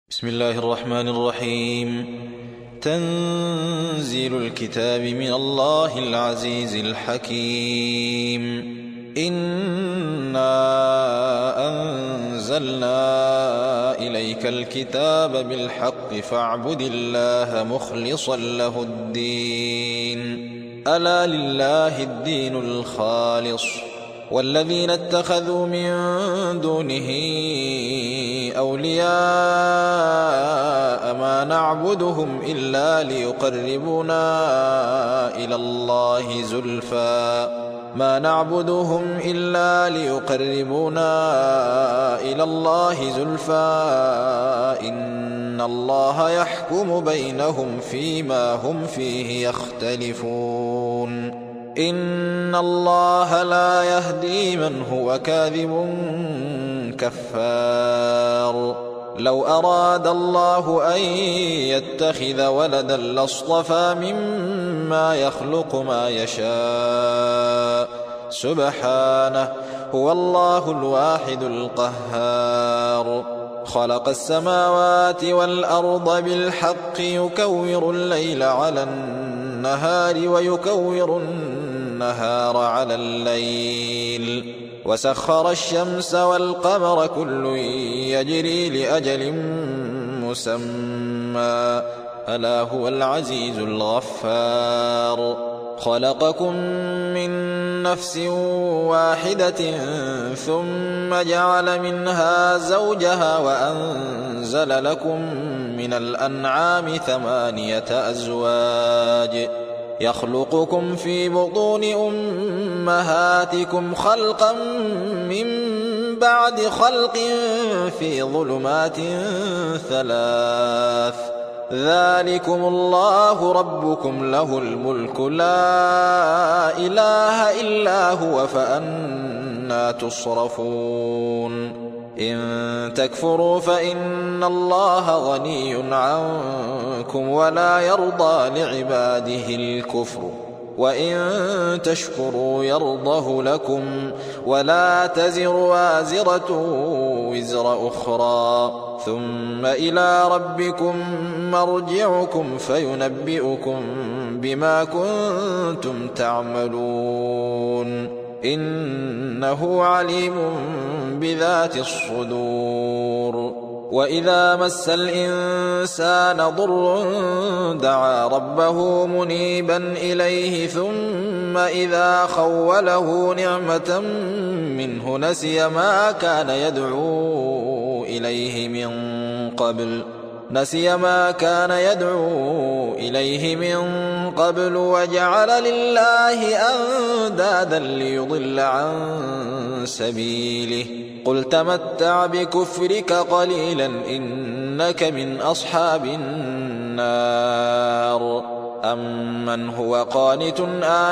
بسم الله الرحمن الرحيم. تنزيل الكتاب من الله العزيز الحكيم. إنا أنزلنا إليك الكتاب بالحق فاعبد الله مخلصا له الدين. ألا لله الدين الخالص والذين اتخذوا من دونه أولياء ما نعبدهم إلا ليقربونا إلى الله زلفى إن الله يحكم بينهم فيما هم فيه يختلفون. إن الله لا يهدي من هو كاذب كفار. لو أراد الله أن يتخذ ولدا لاصطفى مما يخلق ما يشاء سبحانه هو الله الواحد القهار. خلق السماوات والأرض بالحق يكور الليل على النهار ويكور النهار على الليل وسخر الشمس والقمر كل يجري لأجل مسمى ألا هو العزيز الغفار. خلقكم من نفس واحدة ثم جعل منها زوجها وأنزل لكم من الأنعام 8 أزواج يخلقكم في بطون أمهاتكم خلقا من بعد خلق في ظلمات 3 ذلكم الله ربكم له الملك لا إله إلا هو فأنى تصرفون. إن تكفروا فإن الله غني عنكم ولا يرضى لعباده الكفر وإن تشكروا يرضه لكم ولا تزر وازرة وزر أخرى ثم إلى ربكم مرجعكم فينبئكم بما كنتم تعملون إنه عليم بذات الصدور. وإذا مس الإنسان ضر دعا ربه منيبا إليه ثم إذا خوله نعمة منه نسي ما كان يدعو إليه من قبل وجعل لله أندادا ليضل عن سبيله. قل تمتع بكفرك قليلا إنك من أصحاب النار. أمن هو قانت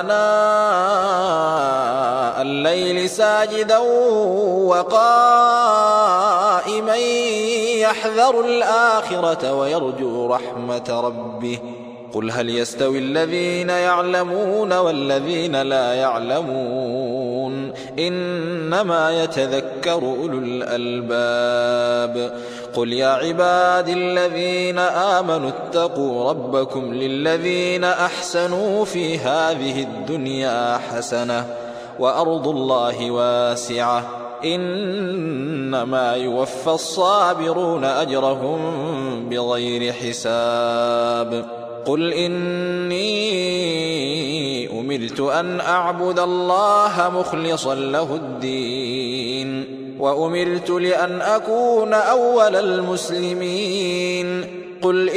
آناء الليل ساجدا وقائما يحذر الآخرة ويرجو رحمة ربه. قل هل يستوي الذين يعلمون والذين لا يعلمون إنما يتذكر أولو الألباب. قل يا عبادي الذين آمنوا اتقوا ربكم للذين أحسنوا في هذه الدنيا حسنة وأرض الله واسعة إنما يوفى الصابرون أجرهم بغير حساب. قل إني أمرت أن أعبد الله مخلصا له الدين وأمرت لأن أكون أول المسلمين. قل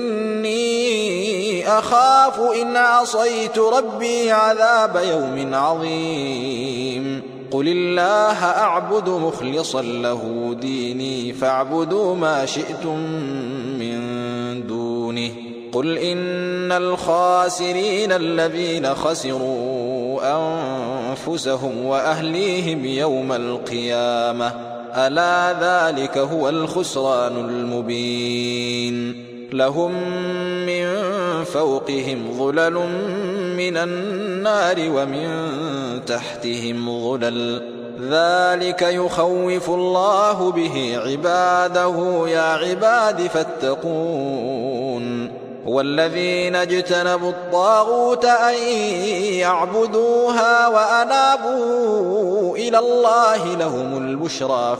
إني أخاف إن عصيت ربي عذاب يوم عظيم. قل الله أعبد مخلصا له ديني فاعبدوا ما شئتم من دونه. قل إن الخاسرين الذين خسروا أنفسهم وأهليهم يوم القيامة ألا ذلك هو الخسران المبين. لهم من فوقهم ظلل من النار ومن تحتهم ظلل ذلك يخوف الله به عباده يا عباد فاتقون والذين اجتنبوا الطاغوت أن يعبدوها وأنابوا إلى الله لهم البشرى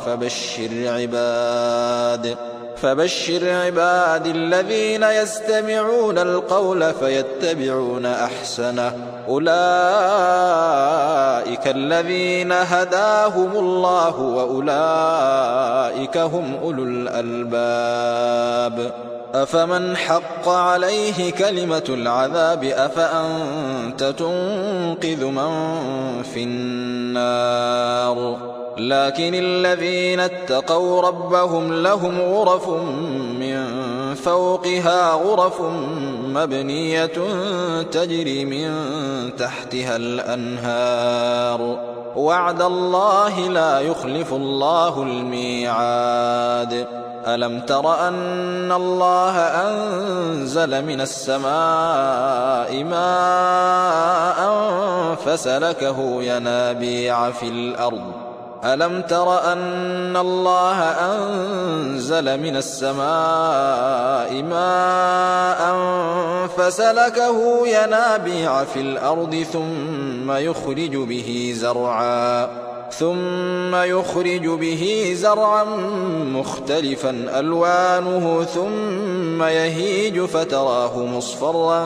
فبشر عباد الذين يستمعون القول فيتبعون أحسنه أولئك الذين هداهم الله وأولئك هم أولو الألباب أفمن حق عليه كلمة العذاب أفأنت تنقذ من في النار لكن الذين اتقوا ربهم لهم غرف من فوقها غرف مبنية تجري من تحتها الأنهار وعد الله لا يخلف الله الميعاد ألم تر أن الله أنزل من السماء ماء فسلكه ينابيع في الأرض ألم تر أن الله أنزل من السماء ماء فسلكه ينابيع في الأرض ثم يخرج به زرعا مختلفا ألوانه ثم يهيج فتراه مصفرا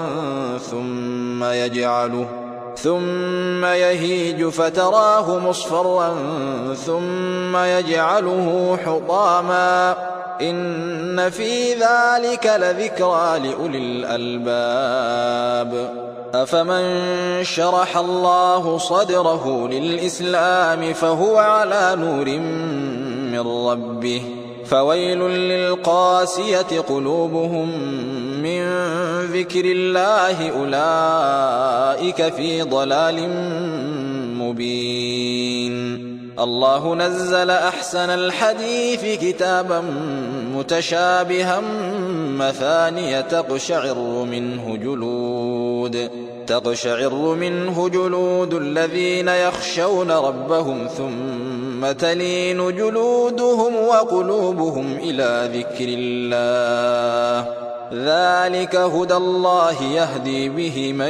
ثم يجعله حطاما إن في ذلك لذكرى لأولي الألباب أفمن شرح الله صدره للإسلام فهو على نور من ربه فويل للقاسية قلوبهم من ذكر الله أولئك في ضلال مبين الله نزل أحسن الحديث كتابا متشابها مثانية تقشعر منه جلود الذين يخشون ربهم ثم تلين جلودهم وقلوبهم إلى ذكر الله ذلك هدى الله يهدي به من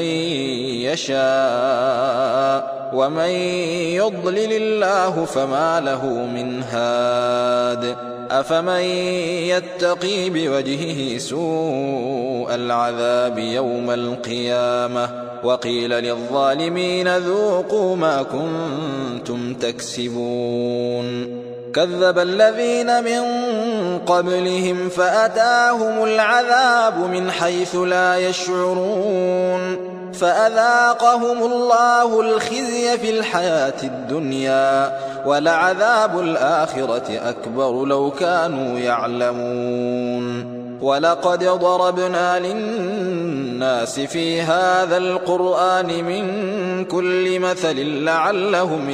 يشاء ومن يضلل الله فما له من هاد أفمن يتقي بوجهه سوء العذاب يوم القيامة وقيل للظالمين ذوقوا ما كنتم تكسبون كذب الذين من قبلهم فأتاهم العذاب من حيث لا يشعرون فأذاقهم الله الخزي في الحياة الدنيا ولعذاب الآخرة أكبر لو كانوا يعلمون ولقد ضربنا للناس في هذا القرآن من كل مثل لعلهم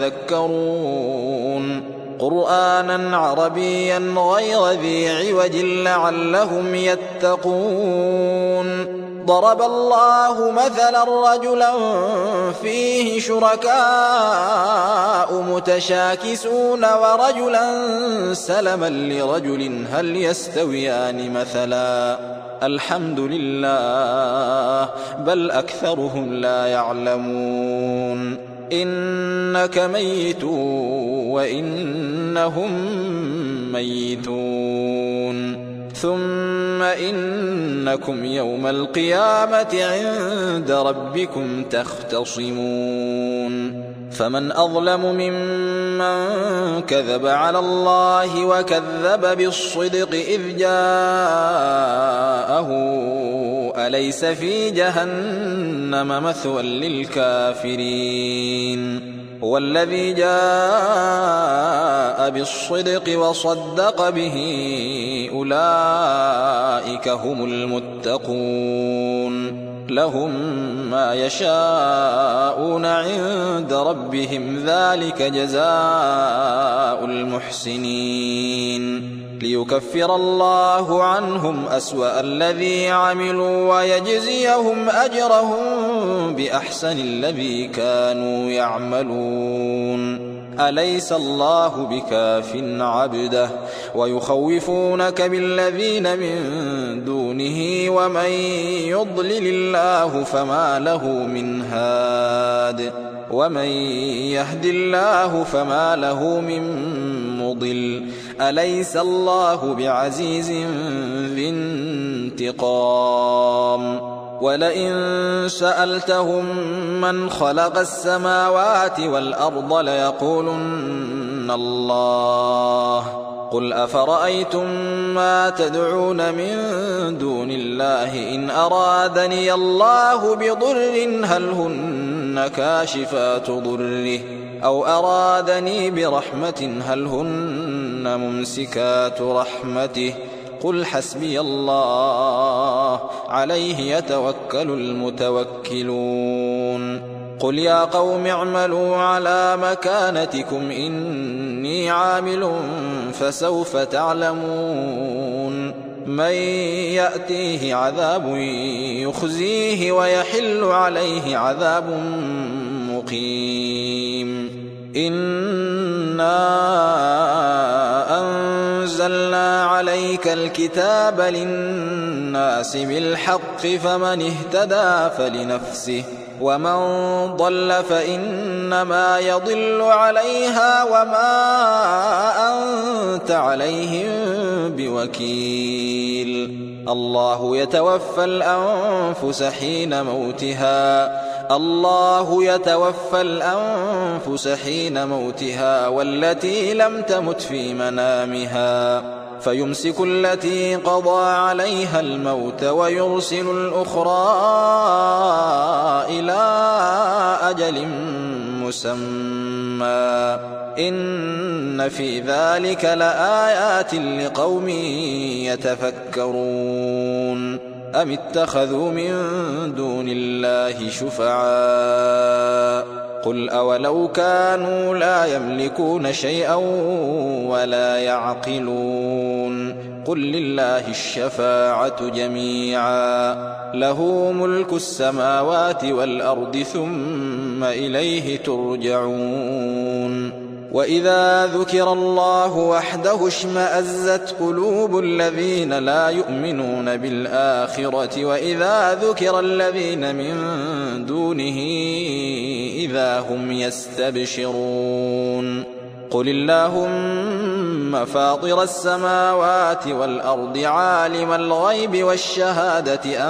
يتذكرون قرآنا عربيا غير ذي عوج لعلهم يتقون ضرب الله مثلا رجلا فيه شركاء متشاكسون ورجلا سلما لرجل هل يستويان مثلا الحمد لله بل أكثرهم لا يعلمون إنك ميت وإنهم ميتون ثم إنكم يوم القيامة عند ربكم تختصمون فمن أظلم ممن كذب على الله وكذب بالصدق إذ جاءه أليس في جهنم مثوى للكافرين والذي جاء بالصدق وصدق به أولئك هم المتقون لهم ما يشاءون عند ربهم ذلك جزاء المحسنين ليكفر الله عنهم أسوأ الذي عملوا ويجزيهم أجرهم بأحسن الذي كانوا يعملون أليس الله بكاف عبده ويخوفونك بالذين من دونه ومن يضلل الله فما له من هاد ومن يهد الله فما له من مضل أليس الله بعزيز ذي انتقام ولئن سألتهم من خلق السماوات والأرض ليقولن الله قل أفرأيتم ما تدعون من دون الله إن أرادني الله بضر هل هن كاشفات ضره أو أرادني برحمة هل هن ممسكات رحمته قل حسبي الله عليه يتوكل المتوكلون قل يا قوم اعملوا على مكانتكم إني عامل فسوف تعلمون من يأتيه عذاب يخزيه ويحل عليه عذاب مقيم إنا أنزلنا عليك الكتاب للناس بالحق فمن اهتدى فلنفسه ومن ضل فإنما يضل عليها وما أنت عليهم بوكيل الله يتوفى الأنفس حين موتها والتي لم تمت في منامها فيمسك التي قضى عليها الموت ويرسل الأخرى إلى أجل مسمى إن في ذلك لآيات لقوم يتفكرون أم اتخذوا من دون الله شفعاء قل أولو كانوا لا يملكون شيئا ولا يعقلون قل لله الشفاعة جميعا له ملك السماوات والأرض ثم إليه ترجعون وإذا ذكر الله وحده اشمأزت قلوب الذين لا يؤمنون بالآخرة وإذا ذكر الذين من دونه إذا هم يستبشرون قل اللهم فاطر السماوات والأرض عالم الغيب والشهادة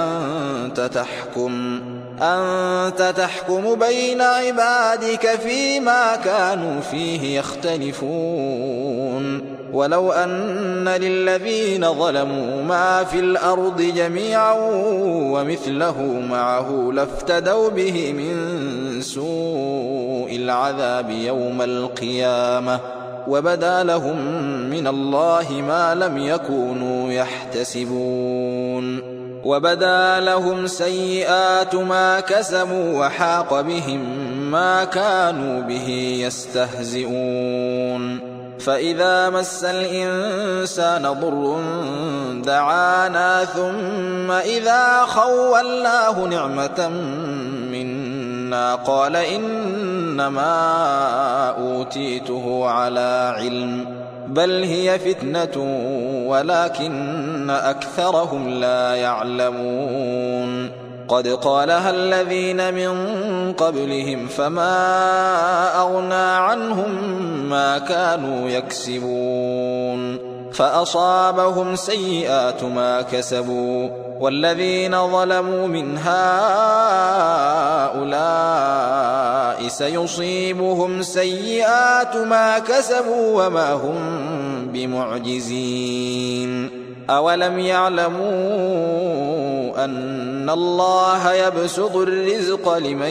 أنت تحكم بين عبادك فيما كانوا فيه يختلفون ولو أن للذين ظلموا ما في الأرض جميعا ومثله معه لافتدوا به من سوء العذاب يوم القيامة وبدا لهم من الله ما لم يكونوا يحتسبون وبدا لهم سيئات ما كسبوا وحاق بهم ما كانوا به يستهزئون فإذا مس الإنسان ضر دعانا ثم إذا خولناه نعمة منا قال إنما أوتيته على علم بل هي فتنة ولكن أكثرهم لا يعلمون قد قالها الذين من قبلهم فما أغنى عنهم ما كانوا يكسبون فأصابهم سيئات ما كسبوا والذين ظلموا من هؤلاء سيصيبهم سيئات ما كسبوا وما هم بمعجزين أولم يعلموا أن الله يبسط الرزق لمن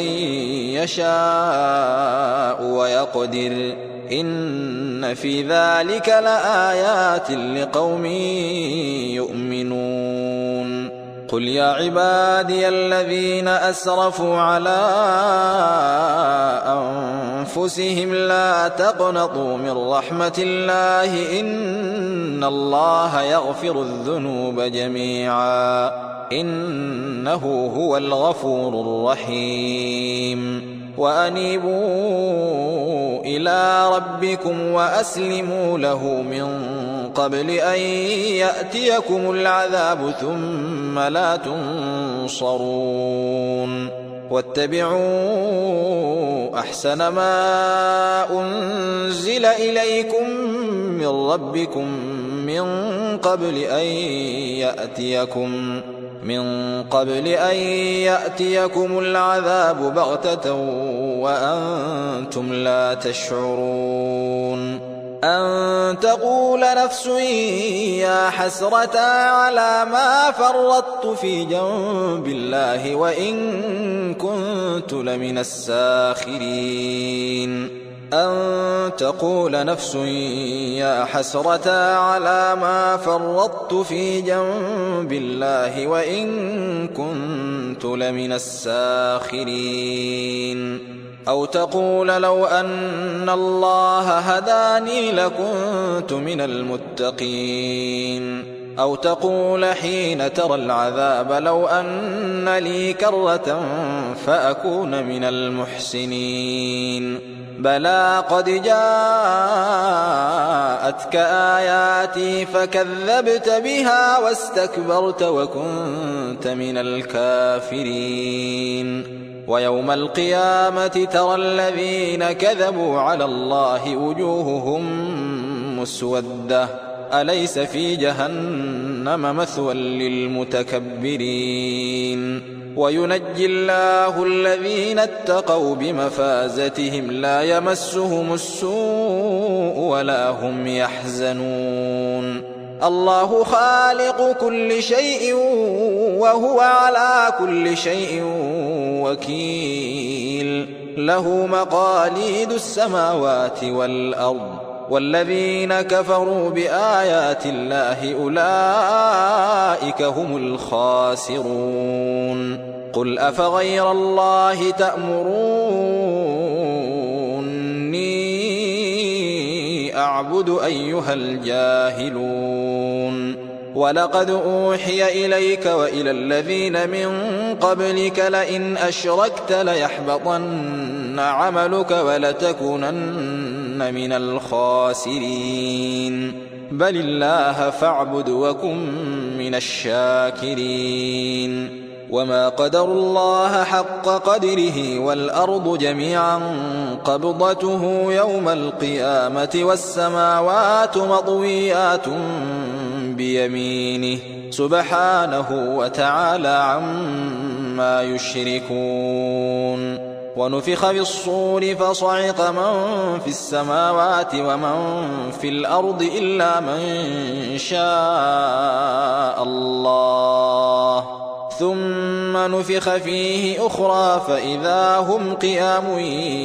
يشاء ويقدر إن في ذلك لآيات لقوم يؤمنون قل يا عبادي الذين أسرفوا على أنفسهم لا تقنطوا من رحمة الله إن الله يغفر الذنوب جميعا إنه هو الغفور الرحيم وأنيبوا إلى ربكم وأسلموا له من قبل أن يأتيكم العذاب ثم لا تنصرون واتبعوا أحسن ما أنزل إليكم من ربكم من قبل أن يأتيكم العذاب بغتة وأنتم لا تشعرون أن تقول نفس يا حسرة على ما فرطت في جنب الله وإن كنت لمن الساخرين أن تقول نفس يا حسرة على ما فرطت في جنب الله وإن كنت لمن الساخرين أو تقول لو أن الله هداني لكنت من المتقين أو تقول حين ترى العذاب لو أن لي كرة فأكون من المحسنين بلى قد جاءتك آياتي فكذبت بها واستكبرت وكنت من الكافرين ويوم القيامة ترى الذين كذبوا على الله وجوههم مسودة أليس في جهنم مثوى للمتكبرين وينجي الله الذين اتقوا بمفازتهم لا يمسهم السوء ولا هم يحزنون الله خالق كل شيء وهو على كل شيء وكيل له مقاليد السماوات والأرض والذين كفروا بآيات الله أولئك هم الخاسرون قل أفغير الله تأمروني أعبد أيها الجاهلون ولقد أوحي إليك وإلى الذين من قبلك لئن أشركت ليحبطن عملك ولتكونن من الخاسرين بل الله فاعبد وكن من الشاكرين وما قدروا الله حق قدره والأرض جميعا قبضته يوم القيامة والسماوات مطويات بيمينه سبحانه وتعالى عما يشركون ونفخ في الصور فصعق من في السماوات ومن في الأرض إلا من شاء الله ثم نفخ فيه أخرى فإذا هم قيام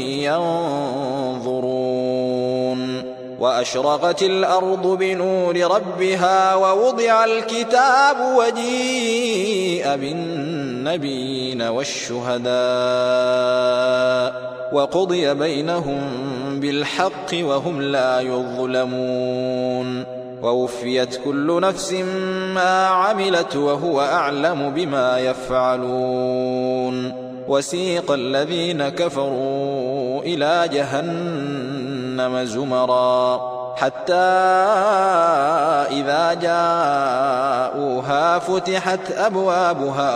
ينظرون وأشرقت الأرض بنور ربها ووضع الكتاب وجيء بالنبيين والشهداء وقضي بينهم بالحق وهم لا يظلمون ووفيت كل نفس ما عملت وهو أعلم بما يفعلون وسيق الذين كفروا إلى جهنم زمرا حتى إذا جاءوها فتحت أبوابها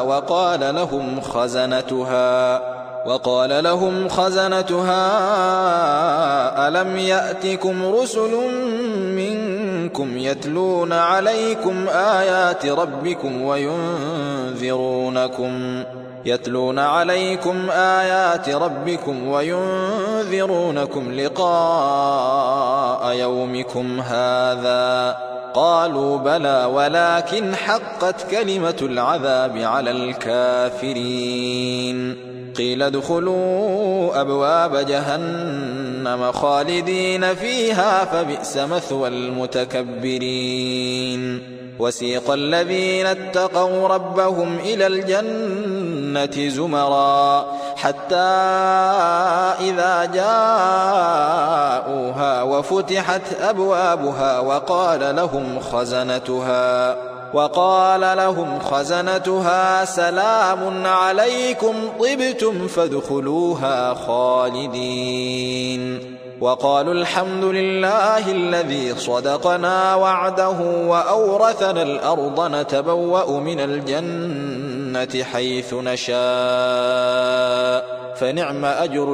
وقال لهم خزنتها ألم يأتكم رسل منكم يتلون عليكم آيات ربكم وينذرونكم لقاء يومكم هذا قالوا بلى ولكن حقت كلمة العذاب على الكافرين قيل ادخلوا أبواب جهنم جهنم خالدين فيها فبئس مثوى المتكبرين وسيق الذين اتقوا ربهم إلى الجنة زمرا حتى إذا جاءوها وفتحت أبوابها وقال لهم خزنتها سلام عليكم طبتم فادخلوها خالدين وقالوا الحمد لله الذي صدقنا وعده وأورثنا الأرض نتبوأ من الجنة حيث نشاء فنعم أجر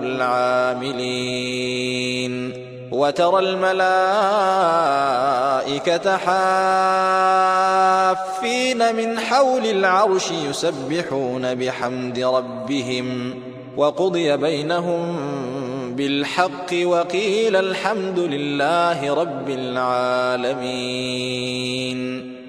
العاملين وترى الملائكة حافين من حول العرش يسبحون بحمد ربهم وقضي بينهم بالحق وقيل الحمد لله رب العالمين.